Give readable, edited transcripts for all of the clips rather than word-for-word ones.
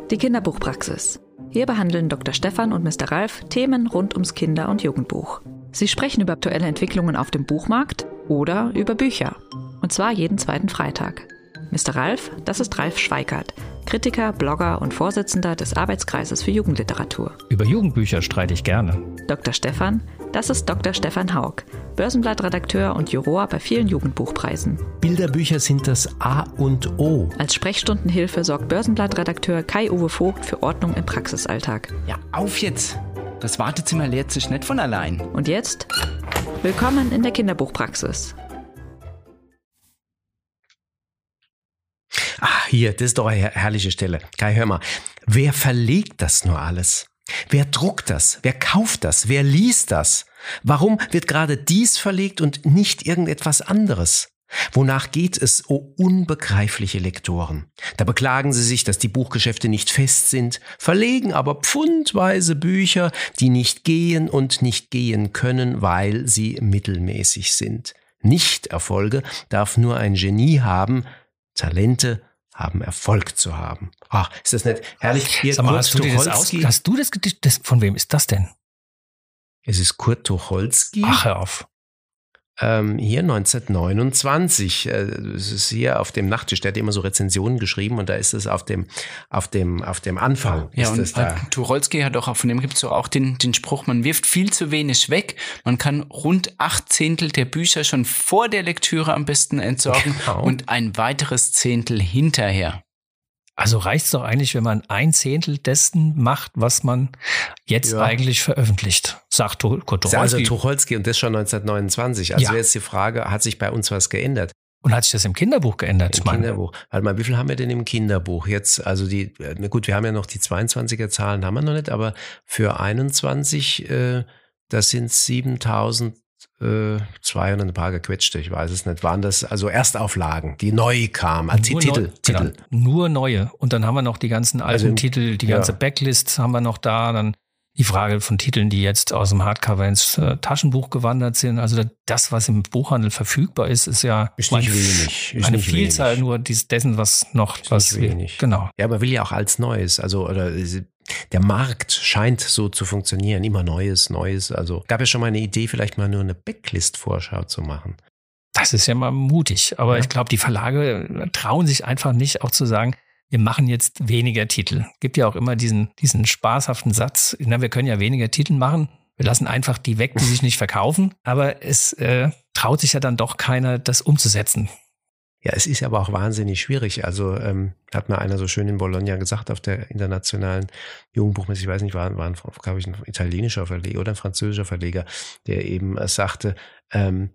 Die Kinderbuchpraxis. Hier behandeln Dr. Stefan und Mr. Ralf Themen rund ums Kinder- und Jugendbuch. Sie sprechen über aktuelle Entwicklungen auf dem Buchmarkt oder über Bücher. Und zwar jeden zweiten Freitag. Mr. Ralf, das ist Ralf Schweikart, Kritiker, Blogger und Vorsitzender des Arbeitskreises für Jugendliteratur. Über Jugendbücher streite ich gerne. Dr. Stefan, das ist Dr. Stefan Haug, Börsenblattredakteur und Juror bei vielen Jugendbuchpreisen. Bilderbücher sind das A und O. Als Sprechstundenhilfe sorgt Börsenblattredakteur Kai-Uwe Vogt für Ordnung im Praxisalltag. Ja, auf jetzt! Das Wartezimmer leert sich nicht von allein. Und jetzt? Willkommen in der Kinderbuchpraxis. Ah, hier, das ist doch eine herrliche Stelle. Kai, hör mal. Wer verlegt das nur alles? Wer druckt das? Wer kauft das? Wer liest das? Warum wird gerade dies verlegt und nicht irgendetwas anderes? Wonach geht es, o unbegreifliche Lektoren? Da beklagen sie sich, dass die Buchgeschäfte nicht fest sind, verlegen aber pfundweise Bücher, die nicht gehen und nicht gehen können, weil sie mittelmäßig sind. Nicht-Erfolge darf nur ein Genie haben, Talente haben Erfolg zu haben. Ach, ist das nicht herrlich? Hier, Sag mal, hast du das Gedicht, von wem ist das denn? Es ist Kurt Tucholsky. Ach, hör auf. Hier 1929. Es ist hier auf dem Nachttisch. Der hat immer so Rezensionen geschrieben und da ist es auf dem Anfang. Ja, ist und es da. Tucholsky hat auch, von dem gibt es auch den Spruch, man wirft viel zu wenig weg. Man kann rund 8/10 der Bücher schon vor der Lektüre am besten entsorgen und ein weiteres Zehntel hinterher. Also reicht's doch eigentlich, wenn man 1/10 dessen macht, was man jetzt eigentlich veröffentlicht, sagt Kurt Tucholsky. Also Tucholsky und das schon 1929. Also jetzt die Frage, hat sich bei uns was geändert? Und hat sich das im Kinderbuch geändert? Im Kinderbuch. Warte mal, wie viel haben wir denn im Kinderbuch jetzt? Also gut, wir haben ja noch die 22er Zahlen, haben wir noch nicht, aber für 21, das sind 7.200 ein paar gequetschte, ich weiß es nicht. Waren das also Erstauflagen, die neu kamen, als Titel? Genau, nur neue. Und dann haben wir noch die ganzen alten Titel, die ganze Backlist haben wir noch da. Dann die Frage von Titeln, die jetzt aus dem Hardcover ins Taschenbuch gewandert sind. Also das, was im Buchhandel verfügbar ist, ist ja nicht wenig. Ist eine nicht Vielzahl wenig. Nur dessen, was noch was wenig. Genau. Ja, man will ja auch als Neues, der Markt scheint so zu funktionieren, immer Neues. Also gab ja schon mal eine Idee, vielleicht mal nur eine Backlist-Vorschau zu machen. Das ist ja mal mutig, aber ich glaube, die Verlage trauen sich einfach nicht, auch zu sagen, wir machen jetzt weniger Titel. Gibt ja auch immer diesen spaßhaften Satz, wir können ja weniger Titel machen, wir lassen einfach die weg, die sich nicht verkaufen, aber es traut sich ja dann doch keiner, das umzusetzen. Ja, es ist aber auch wahnsinnig schwierig. Also hat mir einer so schön in Bologna gesagt, auf der internationalen Jugendbuchmesse, ich weiß nicht, war glaube ich, ein italienischer Verleger oder ein französischer Verleger, der eben sagte, wenn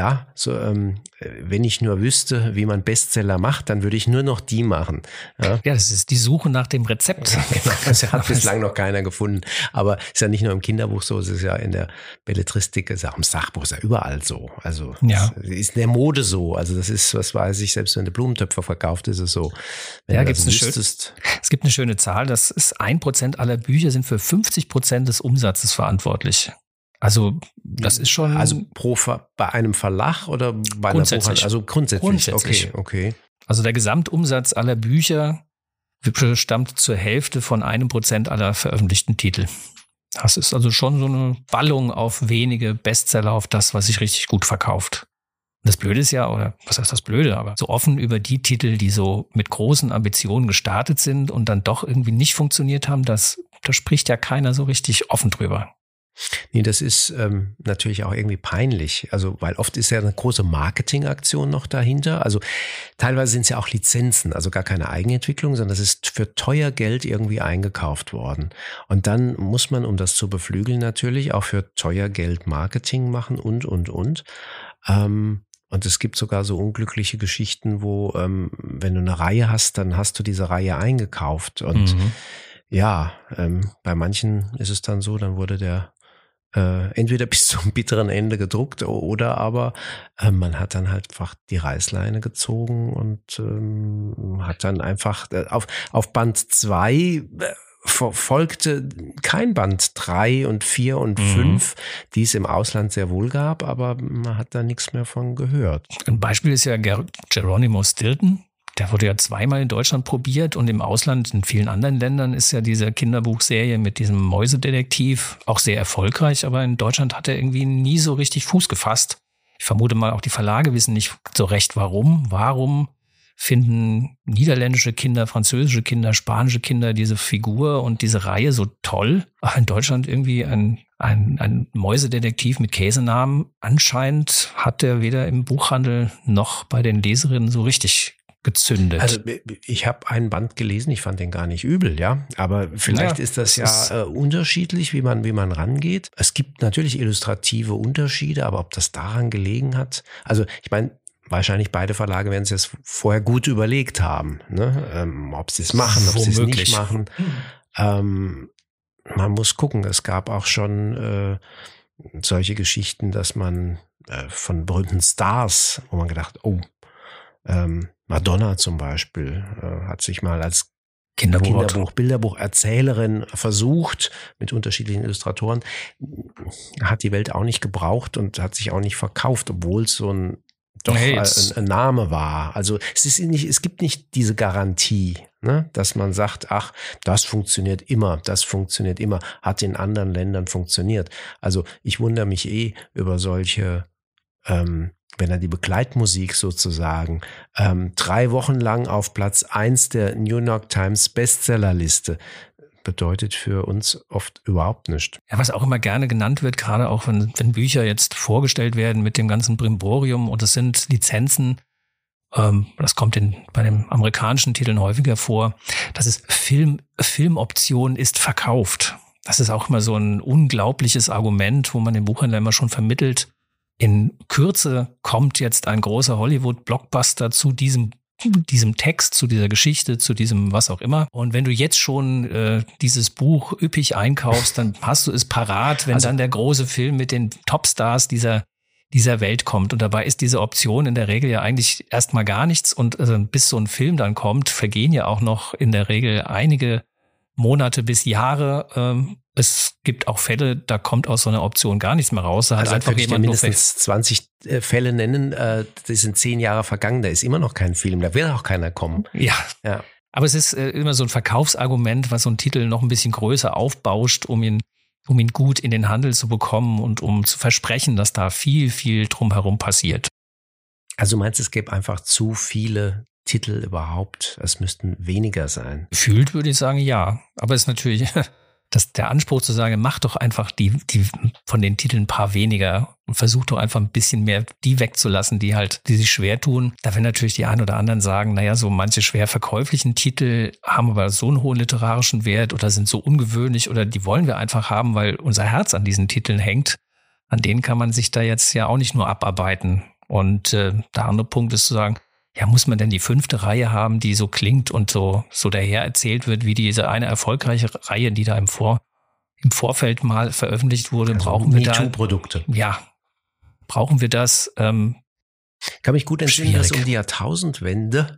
ich nur wüsste, wie man Bestseller macht, dann würde ich nur noch die machen. Ja, das ist die Suche nach dem Rezept. Genau, das hat bislang noch keiner gefunden. Aber es ist ja nicht nur im Kinderbuch so, es ist ja in der Belletristik, es ist auch im Sachbuch, es ist ja überall so. Also es ist in der Mode so. Also das ist, was weiß ich, selbst wenn du Blumentöpfe verkauft, ist es so. Wenn du das wüsstest. Es gibt eine schöne Zahl, das ist 1% aller Bücher sind für 50% des Umsatzes verantwortlich. Also das ist schon... Also bei einem Verlag oder bei einer Buchhandlung? Also grundsätzlich. Okay. Also der Gesamtumsatz aller Bücher stammt zur Hälfte von 1% aller veröffentlichten Titel. Das ist also schon so eine Ballung auf wenige Bestseller, auf das, was sich richtig gut verkauft. Und das Blöde ist ja, oder was heißt das Blöde, aber so offen über die Titel, die so mit großen Ambitionen gestartet sind und dann doch irgendwie nicht funktioniert haben, da spricht ja keiner so richtig offen drüber. Nee, das ist natürlich auch irgendwie peinlich. Also, weil oft ist ja eine große Marketingaktion noch dahinter. Also teilweise sind es ja auch Lizenzen, also gar keine Eigenentwicklung, sondern das ist für teuer Geld irgendwie eingekauft worden. Und dann muss man, um das zu beflügeln, natürlich auch für teuer Geld Marketing machen und. Und es gibt sogar so unglückliche Geschichten, wo, wenn du eine Reihe hast, dann hast du diese Reihe eingekauft. Und bei manchen ist es dann so, dann wurde der entweder bis zum bitteren Ende gedruckt oder aber man hat dann halt einfach die Reißleine gezogen und hat dann einfach auf Band 2 folgte kein Band 3 und 4 und 5, die es im Ausland sehr wohl gab, aber man hat da nichts mehr von gehört. Ein Beispiel ist ja Geronimo Stilton. der wurde ja zweimal in Deutschland probiert und im Ausland, in vielen anderen Ländern, ist ja diese Kinderbuchserie mit diesem Mäusedetektiv auch sehr erfolgreich, aber in Deutschland hat er irgendwie nie so richtig Fuß gefasst. Ich vermute mal, auch die Verlage wissen nicht so recht, warum. Warum finden niederländische Kinder, französische Kinder, spanische Kinder diese Figur und diese Reihe so toll? Ach, in Deutschland irgendwie ein Mäusedetektiv mit Käsenamen. Anscheinend hat der weder im Buchhandel noch bei den Leserinnen so richtig gezündet. Also ich habe einen Band gelesen, ich fand den gar nicht übel, ja. Aber vielleicht ist das unterschiedlich, wie man rangeht. Es gibt natürlich illustrative Unterschiede, aber ob das daran gelegen hat, also ich meine, wahrscheinlich beide Verlage werden es jetzt vorher gut überlegt haben, ne? Ob sie es machen, ob sie es nicht machen. Man muss gucken, es gab auch schon solche Geschichten, dass man von berühmten Stars, wo man gedacht, Madonna zum Beispiel hat sich mal als Bilderbucherzählerin versucht mit unterschiedlichen Illustratoren, hat die Welt auch nicht gebraucht und hat sich auch nicht verkauft, obwohl es so ein Name war. Also es gibt nicht diese Garantie, ne, dass man sagt, ach, das funktioniert immer, hat in anderen Ländern funktioniert. Also ich wundere mich über solche, wenn er die Begleitmusik sozusagen 3 Wochen lang auf Platz 1 der New York Times Bestsellerliste bedeutet für uns oft überhaupt nichts. Ja, was auch immer gerne genannt wird, gerade auch wenn Bücher jetzt vorgestellt werden mit dem ganzen Brimborium und es sind Lizenzen, das kommt bei den amerikanischen Titeln häufiger vor, dass es Filmoption ist verkauft. Das ist auch immer so ein unglaubliches Argument, wo man den Buchhändler immer schon vermittelt. In Kürze kommt jetzt ein großer Hollywood-Blockbuster zu diesem Text, zu dieser Geschichte, zu diesem was auch immer. Und wenn du jetzt schon dieses Buch üppig einkaufst, dann hast du es parat, wenn dann der große Film mit den Topstars dieser Welt kommt. Und dabei ist diese Option in der Regel ja eigentlich erstmal gar nichts. Und bis so ein Film dann kommt, vergehen ja auch noch in der Regel einige Monate bis Jahre. Es gibt auch Fälle, da kommt aus so einer Option gar nichts mehr raus. Da hat einfach könnte ich dir mindestens 20 Fälle nennen, die sind 10 Jahre vergangen, da ist immer noch kein Film, da will auch keiner kommen. Ja. Aber es ist immer so ein Verkaufsargument, was so ein Titel noch ein bisschen größer aufbauscht, um ihn gut in den Handel zu bekommen und um zu versprechen, dass da viel, viel drumherum passiert. Also meinst du, es gäbe einfach zu viele Titel überhaupt? Es müssten weniger sein. Gefühlt würde ich sagen, ja. Aber es ist natürlich der Anspruch zu sagen, mach doch einfach die von den Titeln ein paar weniger und versuch doch einfach ein bisschen mehr die wegzulassen, die sich schwer tun. Da werden natürlich die einen oder anderen sagen, naja, so manche schwer verkäuflichen Titel haben aber so einen hohen literarischen Wert oder sind so ungewöhnlich oder die wollen wir einfach haben, weil unser Herz an diesen Titeln hängt. An denen kann man sich da jetzt ja auch nicht nur abarbeiten. Und der andere Punkt ist zu sagen, ja, muss man denn die 5. Reihe haben, die so klingt und so daher erzählt wird, wie diese eine erfolgreiche Reihe, die da im Vorfeld mal veröffentlicht wurde? Also brauchen wir da MeToo-Produkte. Ja, brauchen wir das? Kann mich gut entsinnen, dass um die Jahrtausendwende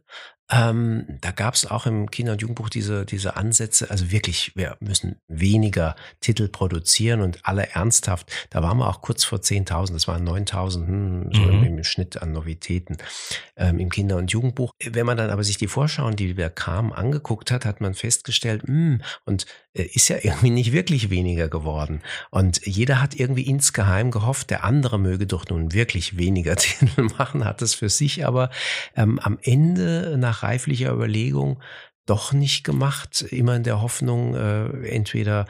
da gab es auch im Kinder- und Jugendbuch diese Ansätze, also wirklich, wir müssen weniger Titel produzieren und alle ernsthaft, da waren wir auch kurz vor 10.000, das waren 9.000 so im Schnitt an Novitäten im Kinder- und Jugendbuch. Wenn man dann aber sich die Vorschauen, die wir kamen, angeguckt hat man festgestellt, und ist ja irgendwie nicht wirklich weniger geworden. Und jeder hat irgendwie insgeheim gehofft, der andere möge doch nun wirklich weniger Titel machen, hat es für sich aber am Ende nach reiflicher Überlegung doch nicht gemacht, immer in der Hoffnung, entweder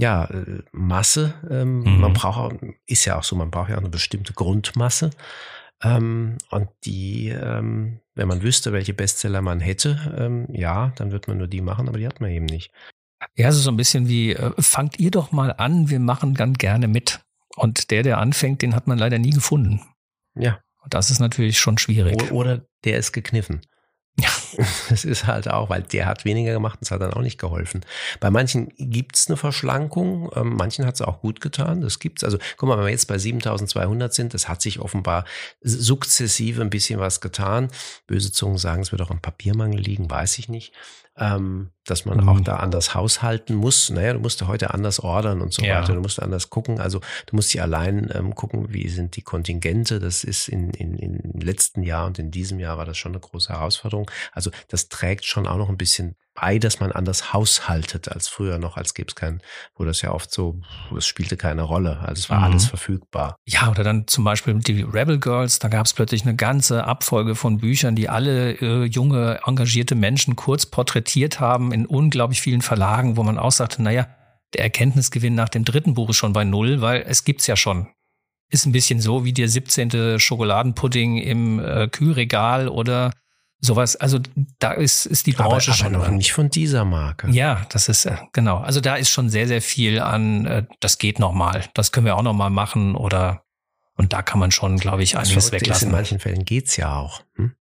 Masse, man braucht, ist ja auch so, man braucht ja auch eine bestimmte Grundmasse, und die, wenn man wüsste, welche Bestseller man hätte, dann wird man nur die machen, aber die hat man eben nicht. Ja, also so ein bisschen wie, fangt ihr doch mal an, wir machen ganz gerne mit. Und der anfängt, den hat man leider nie gefunden. Ja. Und das ist natürlich schon schwierig. Oder der ist gekniffen. Ja. Das ist halt auch, weil der hat weniger gemacht, das hat dann auch nicht geholfen. Bei manchen gibt's eine Verschlankung, manchen hat's auch gut getan, das gibt's. Also guck mal, wenn wir jetzt bei 7.200 sind, das hat sich offenbar sukzessive ein bisschen was getan. Böse Zungen sagen, es wird auch am Papiermangel liegen, weiß ich nicht. dass man auch da anders haushalten muss. Naja, du musst heute anders ordern und so weiter. Du musst anders gucken. Also du musst dir allein gucken, wie sind die Kontingente. Das ist im letzten Jahr und in diesem Jahr war das schon eine große Herausforderung. Also das trägt schon auch noch ein bisschen bei, dass man anders haushaltet als früher noch, als gäbe es kein, wo das ja oft so, es spielte keine Rolle. Also es war alles verfügbar. Ja, oder dann zum Beispiel die Rebel Girls, da gab es plötzlich eine ganze Abfolge von Büchern, die alle junge, engagierte Menschen kurz porträtiert haben in unglaublich vielen Verlagen, wo man auch sagte, naja, der Erkenntnisgewinn nach dem 3. Buch ist schon bei 0, weil es gibt's ja schon. Ist ein bisschen so wie der 17. Schokoladenpudding im Kühlregal oder sowas. Also da ist die Branche aber schon noch nicht von dieser Marke. Ja, das ist genau. Also da ist schon sehr, sehr viel an, das geht nochmal. Das können wir auch nochmal machen und da kann man schon, glaube ich, einiges weglassen. In manchen Fällen geht's ja auch.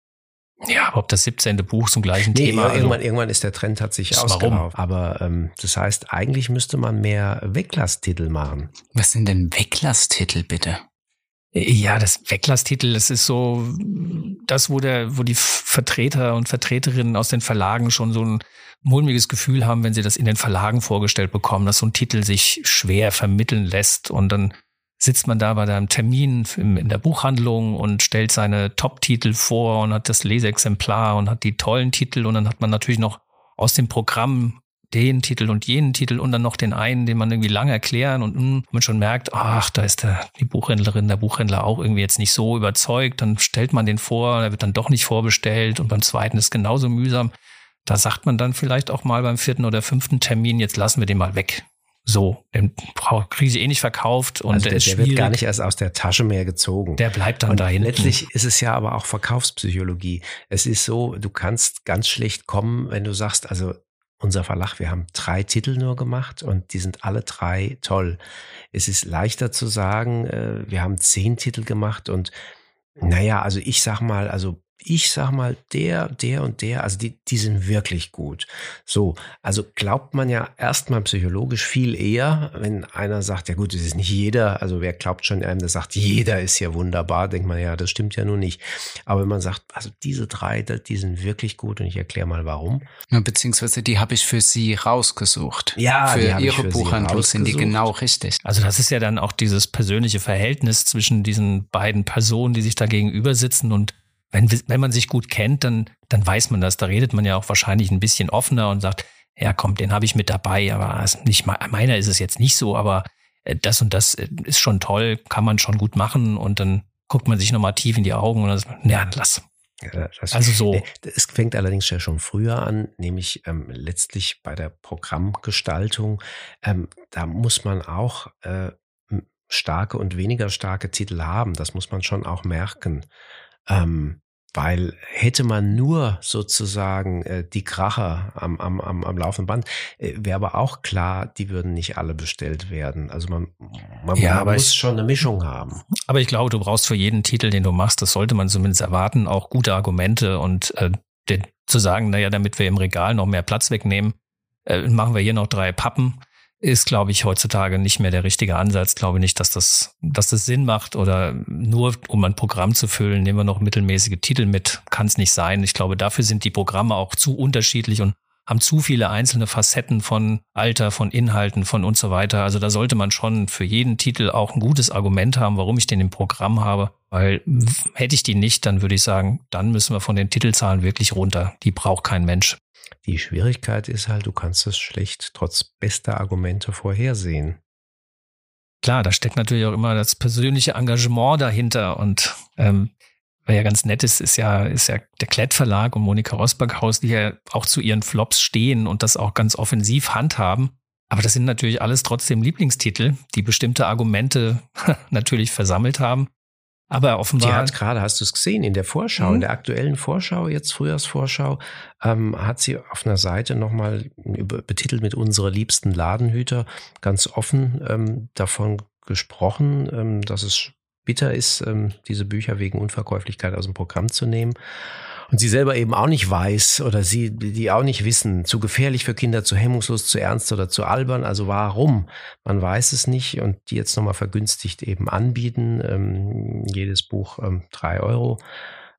Ja, ob das 17. Buch zum gleichen Thema. Irgendwann ist der Trend, hat sich ausgelaufen. Aber das heißt, eigentlich müsste man mehr Weglasstitel machen. Was sind denn Weglasstitel, bitte? Ja, das Weglasstitel, das ist so das, wo die Vertreter und Vertreterinnen aus den Verlagen schon so ein mulmiges Gefühl haben, wenn sie das in den Verlagen vorgestellt bekommen, dass so ein Titel sich schwer vermitteln lässt und dann sitzt man da bei einem Termin in der Buchhandlung und stellt seine Top-Titel vor und hat das Leseexemplar und hat die tollen Titel und dann hat man natürlich noch aus dem Programm den Titel und jenen Titel und dann noch den einen, den man irgendwie lange erklären und man schon merkt, ach, da ist die Buchhändlerin, der Buchhändler auch irgendwie jetzt nicht so überzeugt, dann stellt man den vor, der wird dann doch nicht vorbestellt und beim zweiten ist genauso mühsam. Da sagt man dann vielleicht auch mal beim 4. oder 5. Termin, jetzt lassen wir den mal weg. So, den kriege ich eh nicht verkauft und also der ist schwierig. Der wird gar nicht erst aus der Tasche mehr gezogen. Der bleibt dann da hinten. Letztlich ist es ja aber auch Verkaufspsychologie. Es ist so, du kannst ganz schlecht kommen, wenn du sagst, also unser Verlag, wir haben 3 Titel nur gemacht und die sind alle 3 toll. Es ist leichter zu sagen, wir haben 10 Titel gemacht und naja, also ich sag mal, der und der, also die sind wirklich gut. So, also glaubt man ja erstmal psychologisch viel eher, wenn einer sagt, ja gut, es ist nicht jeder, also wer glaubt schon einem, der sagt, jeder ist ja wunderbar, denkt man, ja, das stimmt ja nun nicht. Aber wenn man sagt, also diese 3, die sind wirklich gut und ich erkläre mal warum. Ja, beziehungsweise die habe ich für Sie rausgesucht. Ja, für Ihre Buchhandlung sind die genau richtig. Also das ist ja dann auch dieses persönliche Verhältnis zwischen diesen beiden Personen, die sich da gegenüber sitzen und wenn man sich gut kennt, dann weiß man das. Da redet man ja auch wahrscheinlich ein bisschen offener und sagt, ja komm, den habe ich mit dabei, aber nicht meiner ist es jetzt nicht so, aber das und das ist schon toll, kann man schon gut machen und dann guckt man sich nochmal tief in die Augen und dann sagt, ja, lass. Also so. Es fängt allerdings ja schon früher an, nämlich letztlich bei der Programmgestaltung. Da muss man auch starke und weniger starke Titel haben. Das muss man schon auch merken. Weil hätte man nur sozusagen die Kracher am laufenden Band, wäre aber auch klar, die würden nicht alle bestellt werden. Also man muss schon eine Mischung haben. Aber ich glaube, du brauchst für jeden Titel, den du machst, das sollte man zumindest erwarten, auch gute Argumente und zu sagen, naja, damit wir im Regal noch mehr Platz wegnehmen, machen wir hier noch 3 Pappen. Ist, glaube ich, heutzutage nicht mehr der richtige Ansatz. Glaube nicht, dass das Sinn macht oder nur, um ein Programm zu füllen, nehmen wir noch mittelmäßige Titel mit. Kann es nicht sein. Ich glaube, dafür sind die Programme auch zu unterschiedlich und haben zu viele einzelne Facetten von Alter, von Inhalten, von und so weiter. Also da sollte man schon für jeden Titel auch ein gutes Argument haben, warum ich den im Programm habe. Weil hätte ich die nicht, dann würde ich sagen, dann müssen wir von den Titelzahlen wirklich runter. Die braucht kein Mensch. Die Schwierigkeit ist halt, du kannst es schlecht trotz bester Argumente vorhersehen. Klar, da steckt natürlich auch immer das persönliche Engagement dahinter und wer ja ganz nett ist ja der Klett Verlag und Monika Rosbackhaus, die ja auch zu ihren Flops stehen und das auch ganz offensiv handhaben. Aber das sind natürlich alles trotzdem Lieblingstitel, die bestimmte Argumente natürlich versammelt haben. Aber offenbar. Die hat gerade, hast du es gesehen, in der Vorschau, in der aktuellen Vorschau, jetzt Frühjahrsvorschau, hat sie auf einer Seite nochmal betitelt mit unsere liebsten Ladenhüter ganz offen davon gesprochen, dass es bitter ist, diese Bücher wegen Unverkäuflichkeit aus dem Programm zu nehmen. Und sie selber eben auch nicht weiß oder die auch nicht wissen, zu gefährlich für Kinder, zu hemmungslos, zu ernst oder zu albern. Also warum? Man weiß es nicht und die jetzt nochmal vergünstigt eben anbieten. Jedes Buch 3 €.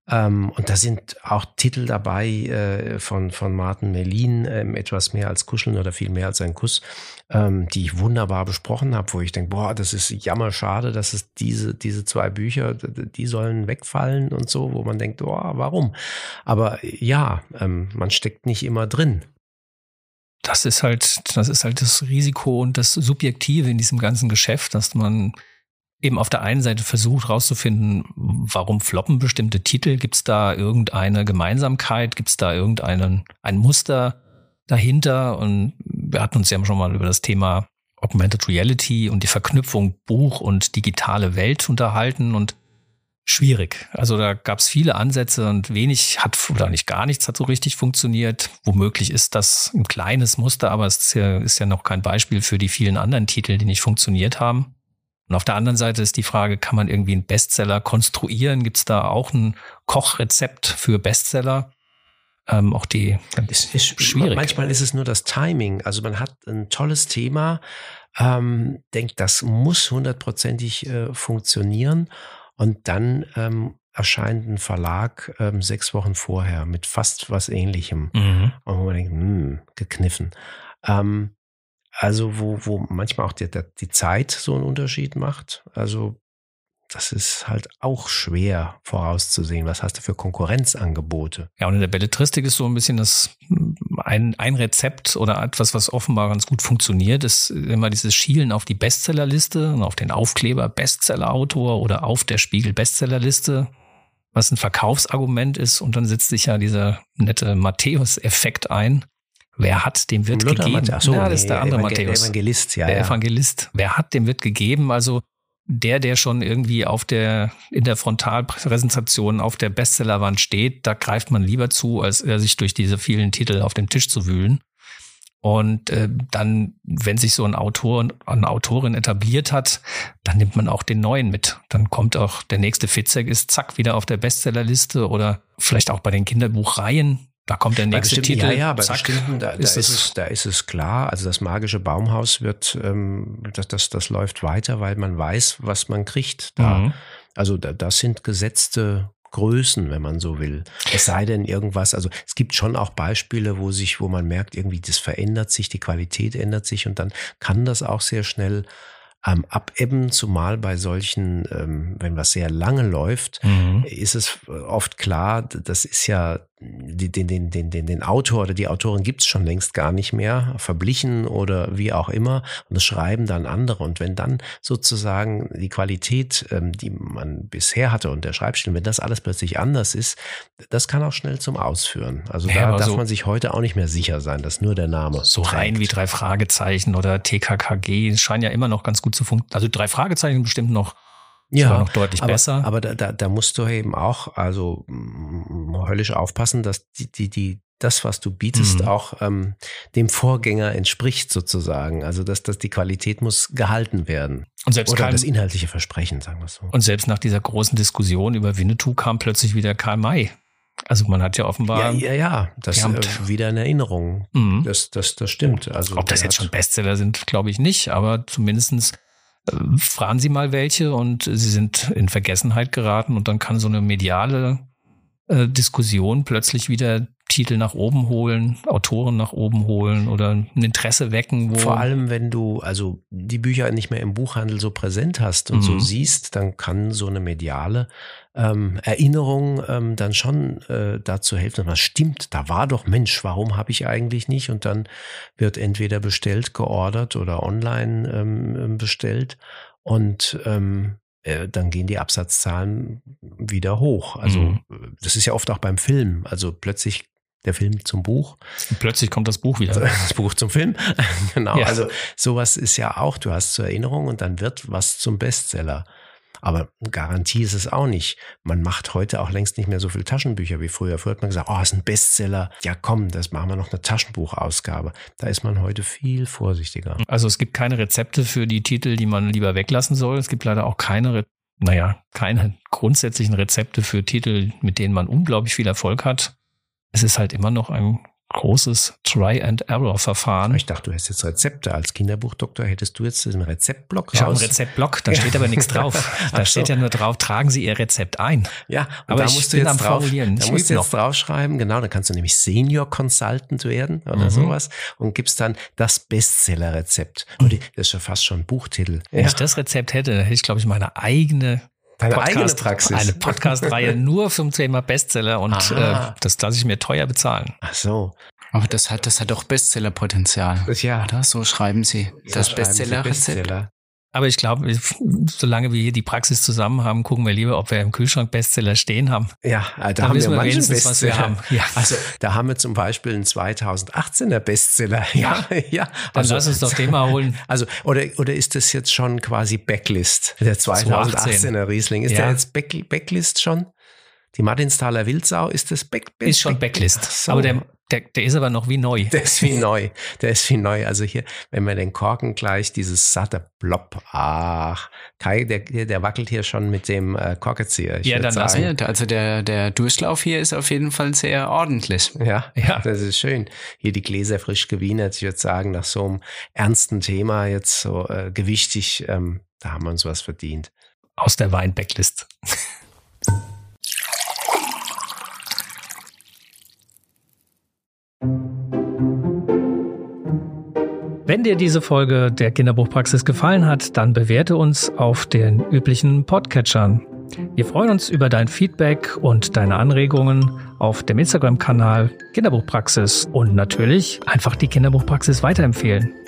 Und da sind auch Titel dabei von Martin Mellin, etwas mehr als Kuscheln oder viel mehr als ein Kuss, die ich wunderbar besprochen habe, wo ich denke, boah, das ist jammerschade, dass es diese 2 Bücher, die sollen wegfallen und so, wo man denkt, boah, warum? Aber ja, man steckt nicht immer drin. Das ist halt das Risiko und das Subjektive in diesem ganzen Geschäft, dass man eben auf der einen Seite versucht rauszufinden, warum floppen bestimmte Titel? Gibt es da irgendeine Gemeinsamkeit? Gibt es da ein Muster dahinter? Und wir hatten uns ja schon mal über das Thema Augmented Reality und die Verknüpfung Buch und digitale Welt unterhalten und schwierig. Also da gab es viele Ansätze und wenig hat oder nicht gar nichts hat so richtig funktioniert. Womöglich ist das ein kleines Muster, aber es ist ja noch kein Beispiel für die vielen anderen Titel, die nicht funktioniert haben. Und auf der anderen Seite ist die Frage, kann man irgendwie einen Bestseller konstruieren? Gibt es da auch ein Kochrezept für Bestseller? Auch die ist schwierig. Manchmal ist es nur das Timing. Also man hat ein tolles Thema, denkt, das muss 100% funktionieren und dann erscheint ein Verlag 6 Wochen vorher mit fast was Ähnlichem. Und wo man denkt, gekniffen. Also wo manchmal auch die Zeit so einen Unterschied macht. Also das ist halt auch schwer vorauszusehen. Was hast du für Konkurrenzangebote? Ja, und in der Belletristik ist so ein bisschen ein Rezept oder etwas, was offenbar ganz gut funktioniert, ist immer dieses Schielen auf die Bestsellerliste und auf den Aufkleber Bestsellerautor oder auf der Spiegel Bestsellerliste, was ein Verkaufsargument ist. Und dann setzt sich ja dieser nette Matthäus-Effekt ein. Wer hat, dem wird gegeben. Ach so, ja, das ist der andere Matthäus. Der Evangelist, ja. Der Evangelist. Wer hat, dem wird gegeben. Also der schon irgendwie in der Frontalpräsentation auf der Bestsellerwand steht, da greift man lieber zu, als sich durch diese vielen Titel auf dem Tisch zu wühlen. Und dann, wenn sich so ein Autor, eine Autorin etabliert hat, dann nimmt man auch den neuen mit. Dann kommt auch der nächste Fitzek, ist zack, wieder auf der Bestsellerliste oder vielleicht auch bei den Kinderbuchreihen. Da kommt der nächste Titel. Ja, bei bestimmten, da ist es klar. Also das magische Baumhaus wird, das läuft weiter, weil man weiß, was man kriegt. Also das sind gesetzte Größen, wenn man so will. Es sei denn irgendwas, also es gibt schon auch Beispiele, wo man merkt, irgendwie das verändert sich, die Qualität ändert sich und dann kann das auch sehr schnell abebben, zumal bei solchen, wenn was sehr lange läuft, ist es oft klar, das ist ja den Autor oder die Autorin gibt's schon längst gar nicht mehr, verblichen oder wie auch immer und das schreiben dann andere und wenn dann sozusagen die Qualität, die man bisher hatte und der Schreibstil, wenn das alles plötzlich anders ist, das kann auch schnell zum Ausführen. Also da darf man sich heute auch nicht mehr sicher sein, dass nur der Name so trägt. Rein wie 3 Fragezeichen oder TKKG scheinen ja immer noch ganz gut zu funktionieren. Also 3 Fragezeichen bestimmt noch noch deutlich besser. Aber da musst du eben auch also höllisch aufpassen, dass das, was du bietest, auch dem Vorgänger entspricht sozusagen. Also dass die Qualität muss gehalten werden. Und selbst oder das inhaltliche Versprechen, sagen wir es so. Und selbst nach dieser großen Diskussion über Winnetou kam plötzlich wieder Karl May. Also man hat ja offenbar... Ja, das wieder in Erinnerung. Das stimmt. Also ob das jetzt schon Bestseller sind, glaube ich nicht, aber zumindestens fragen Sie mal welche und sie sind in Vergessenheit geraten und dann kann so eine mediale Diskussion plötzlich wieder Titel nach oben holen, Autoren nach oben holen oder ein Interesse wecken. Vor allem, wenn du also die Bücher nicht mehr im Buchhandel so präsent hast und so siehst, dann kann so eine mediale Erinnerung dann schon dazu helfen, was stimmt, da war doch Mensch, warum habe ich eigentlich nicht? Und dann wird entweder bestellt, geordert oder online bestellt und dann gehen die Absatzzahlen wieder hoch. Also das ist ja oft auch beim Film, also plötzlich der Film zum Buch. Und plötzlich kommt das Buch wieder. Das Buch zum Film. Genau. Ja. Also sowas ist ja auch, du hast zur Erinnerung und dann wird was zum Bestseller. Aber Garantie ist es auch nicht. Man macht heute auch längst nicht mehr so viele Taschenbücher wie früher. Früher hat man gesagt, ist ein Bestseller. Ja komm, das machen wir noch eine Taschenbuchausgabe. Da ist man heute viel vorsichtiger. Also es gibt keine Rezepte für die Titel, die man lieber weglassen soll. Es gibt leider auch keine grundsätzlichen Rezepte für Titel, mit denen man unglaublich viel Erfolg hat. Es ist halt immer noch ein großes Try-and-Error-Verfahren. Ich dachte, du hättest jetzt Rezepte. Als Kinderbuchdoktor hättest du jetzt einen Rezeptblock raus. Ich habe einen Rezeptblock, da steht aber nichts drauf. Da steht ja nur drauf, tragen Sie Ihr Rezept ein. Ja, aber da musst du jetzt draufschreiben, genau, dann kannst du nämlich Senior Consultant werden oder sowas und gibst dann das Bestseller-Rezept. Das ist ja fast schon ein Buchtitel. Wenn ich das Rezept hätte, hätte ich, glaube ich, meine eigene Praxis. Eine Podcast-Reihe nur zum Thema Bestseller und das lasse ich mir teuer bezahlen. Ach so. Aber das hat doch Bestseller-Potenzial. Ja. Oder? So schreiben Sie das Bestseller-Rezept. Aber ich glaube, solange wir hier die Praxis zusammen haben, gucken wir lieber, ob wir im Kühlschrank Bestseller stehen haben. Ja, da haben wir manchen Bestseller. Was wir haben. Ja. Also da haben wir zum Beispiel einen 2018er Bestseller. Ja. Dann also, lass uns doch den mal holen. Also oder ist das jetzt schon quasi Backlist? Der 2018er Riesling. Ist der jetzt Backlist schon? Die Martinsthaler Wildsau, ist das Ist schon Backlist. So. Aber der ist aber noch wie neu. Der ist wie neu. Also hier, wenn man den Korken gleich, dieses satte Blob. Ach, Kai, der wackelt hier schon mit dem Korkenzieher. Ja, dann lassen wir. Also der Durchlauf hier ist auf jeden Fall sehr ordentlich. Ja, das ist schön. Hier die Gläser frisch gewienert. Ich würde sagen, nach so einem ernsten Thema jetzt so gewichtig, da haben wir uns was verdient. Aus der Wein-Backlist. Wenn dir diese Folge der Kinderbuchpraxis gefallen hat, dann bewerte uns auf den üblichen Podcatchern. Wir freuen uns über dein Feedback und deine Anregungen auf dem Instagram-Kanal Kinderbuchpraxis und natürlich einfach die Kinderbuchpraxis weiterempfehlen.